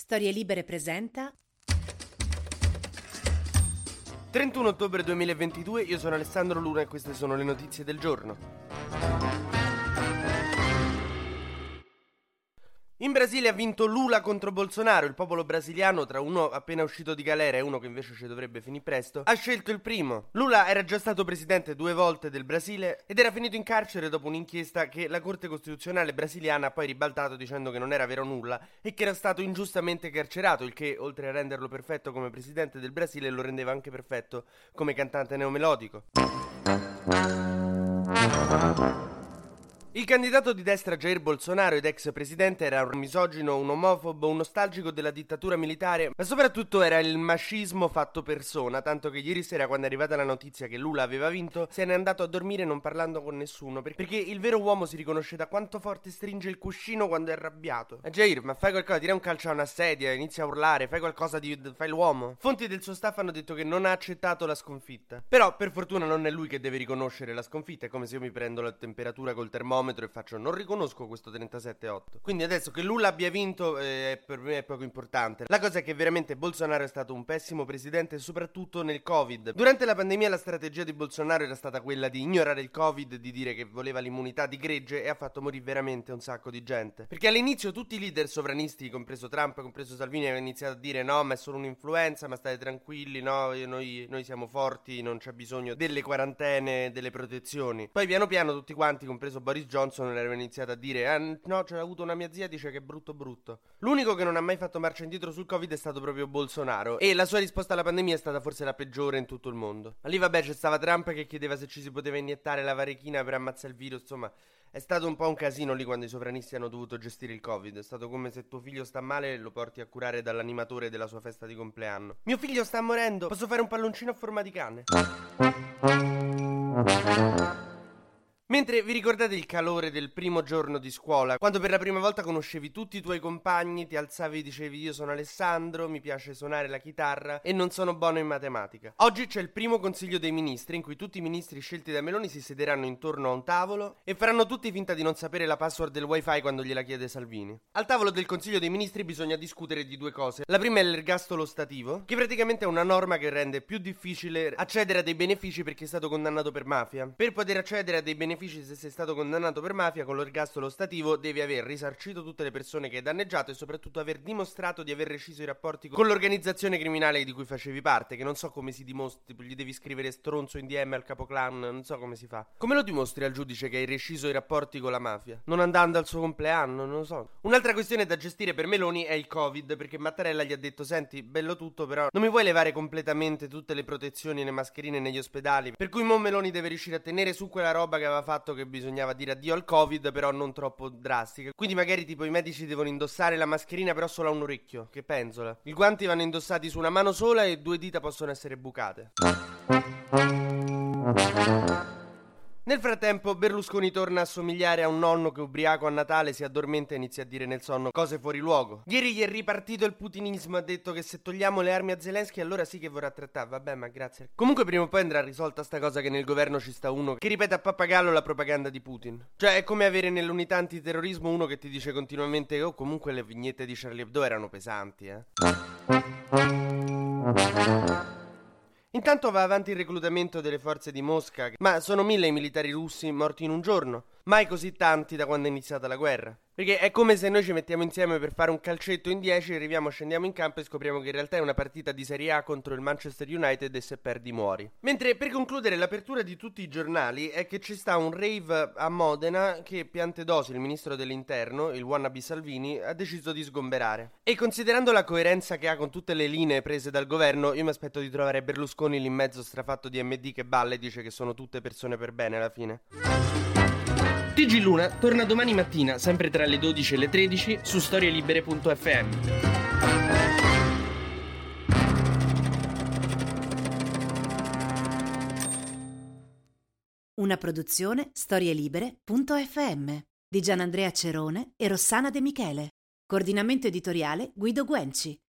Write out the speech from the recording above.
Storie Libere presenta 31 ottobre 2022, io sono Alessandro Luna e queste sono le notizie del giorno. In Brasile ha vinto Lula contro Bolsonaro. Il popolo brasiliano, tra uno appena uscito di galera e uno che invece ci dovrebbe finire presto, ha scelto il primo. Lula era già stato presidente 2 volte del Brasile ed era finito in carcere dopo un'inchiesta che la Corte Costituzionale brasiliana ha poi ribaltato dicendo che non era vero nulla e che era stato ingiustamente carcerato, il che, oltre a renderlo perfetto come presidente del Brasile, lo rendeva anche perfetto come cantante neomelodico. Il candidato di destra Jair Bolsonaro ed ex presidente era un misogino, un omofobo, un nostalgico della dittatura militare, ma soprattutto era il mascismo fatto persona, tanto che ieri sera, quando è arrivata la notizia che Lula aveva vinto, se n'è andato a dormire non parlando con nessuno, perché il vero uomo si riconosce da quanto forte stringe il cuscino quando è arrabbiato. Jair, ma fai qualcosa, tira un calcio a una sedia, inizia a urlare, fai qualcosa fai l'uomo. Fonti del suo staff hanno detto che non ha accettato la sconfitta. Però, per fortuna, non è lui che deve riconoscere la sconfitta, è come se io mi prendo la temperatura col termometro e faccio non riconosco questo 37,8. Quindi adesso che Lula abbia vinto per me è poco importante. La cosa è che veramente Bolsonaro è stato un pessimo presidente, soprattutto nel Covid. Durante la pandemia la strategia di Bolsonaro era stata quella di ignorare il Covid, di dire che voleva l'immunità di gregge e ha fatto morire veramente un sacco di gente. Perché all'inizio tutti i leader sovranisti, compreso Trump, compreso Salvini, avevano iniziato a dire no, ma è solo un'influenza, ma state tranquilli, no, noi siamo forti, non c'è bisogno delle quarantene, delle protezioni. Poi piano piano tutti quanti, compreso Boris Johnson, aveva iniziato a dire no, c'è avuto una mia zia, dice che è brutto brutto. L'unico che non ha mai fatto marcia indietro sul Covid è stato proprio Bolsonaro e la sua risposta alla pandemia è stata forse la peggiore in tutto il mondo. Ma lì vabbè c'è stava Trump che chiedeva se ci si poteva iniettare la varechina per ammazzare il virus, insomma è stato un po' un casino lì quando i sovranisti hanno dovuto gestire il Covid. È stato come se tuo figlio sta male e lo porti a curare dall'animatore della sua festa di compleanno. Mio figlio sta morendo, posso fare un palloncino a forma di cane? Mentre vi ricordate il calore del primo giorno di scuola, quando per la prima volta conoscevi tutti i tuoi compagni, ti alzavi e dicevi io sono Alessandro, mi piace suonare la chitarra e non sono buono in matematica. Oggi c'è il primo consiglio dei ministri in cui tutti i ministri scelti da Meloni si sederanno intorno a un tavolo e faranno tutti finta di non sapere la password del wifi quando gliela chiede Salvini. Al tavolo del consiglio dei ministri bisogna discutere di 2 cose. La prima è l'ergastolo ostativo, che praticamente è una norma che rende più difficile accedere a dei benefici per chi è stato condannato per mafia. Per poter accedere a dei benefici se sei stato condannato per mafia, con l'ergastolo ostativo devi aver risarcito tutte le persone che hai danneggiato e soprattutto aver dimostrato di aver reciso i rapporti con l'organizzazione criminale di cui facevi parte, che non so come si dimostra, tipo gli devi scrivere stronzo in DM al capoclan, non so come si fa. Come lo dimostri al giudice che hai reciso i rapporti con la mafia? Non andando al suo compleanno, non lo so. Un'altra questione da gestire per Meloni è il Covid, perché Mattarella gli ha detto senti, bello tutto, però non mi vuoi levare completamente tutte le protezioni e le mascherine negli ospedali, per cui mo Meloni deve riuscire a tenere su quella roba che aveva fatto, che bisognava dire addio al Covid, però non troppo drastica. Quindi magari tipo i medici devono indossare la mascherina però solo a un orecchio, che pensola. I guanti vanno indossati su una mano sola e 2 dita possono essere bucate. Nel frattempo Berlusconi torna a somigliare a un nonno che ubriaco a Natale si addormenta e inizia a dire nel sonno cose fuori luogo. Ieri gli è ripartito il putinismo, ha detto che se togliamo le armi a Zelensky allora sì che vorrà trattare. Vabbè, ma grazie. Comunque prima o poi andrà risolta sta cosa che nel governo ci sta uno che ripete a pappagallo la propaganda di Putin. Cioè è come avere nell'unità antiterrorismo uno che ti dice continuamente oh comunque le vignette di Charlie Hebdo erano pesanti, Intanto va avanti il reclutamento delle forze di Mosca, ma sono 1000 i militari russi morti in un giorno, mai così tanti da quando è iniziata la guerra. Perché è come se noi ci mettiamo insieme per fare un calcetto in 10, arriviamo, scendiamo in campo e scopriamo che in realtà è una partita di Serie A contro il Manchester United e se perdi muori. Mentre per concludere l'apertura di tutti i giornali è che ci sta un rave a Modena che Piantedosi, il ministro dell'interno, il wannabe Salvini, ha deciso di sgomberare. E considerando la coerenza che ha con tutte le linee prese dal governo, io mi aspetto di trovare Berlusconi lì in mezzo strafatto di MD che balla e dice che sono tutte persone per bene alla fine. TG Luna torna domani mattina, sempre tra le 12 e le 13, su storielibere.fm. Una produzione storielibere.fm di Gianandrea Cerone e Rossana De Michele. Coordinamento editoriale Guido Guenci.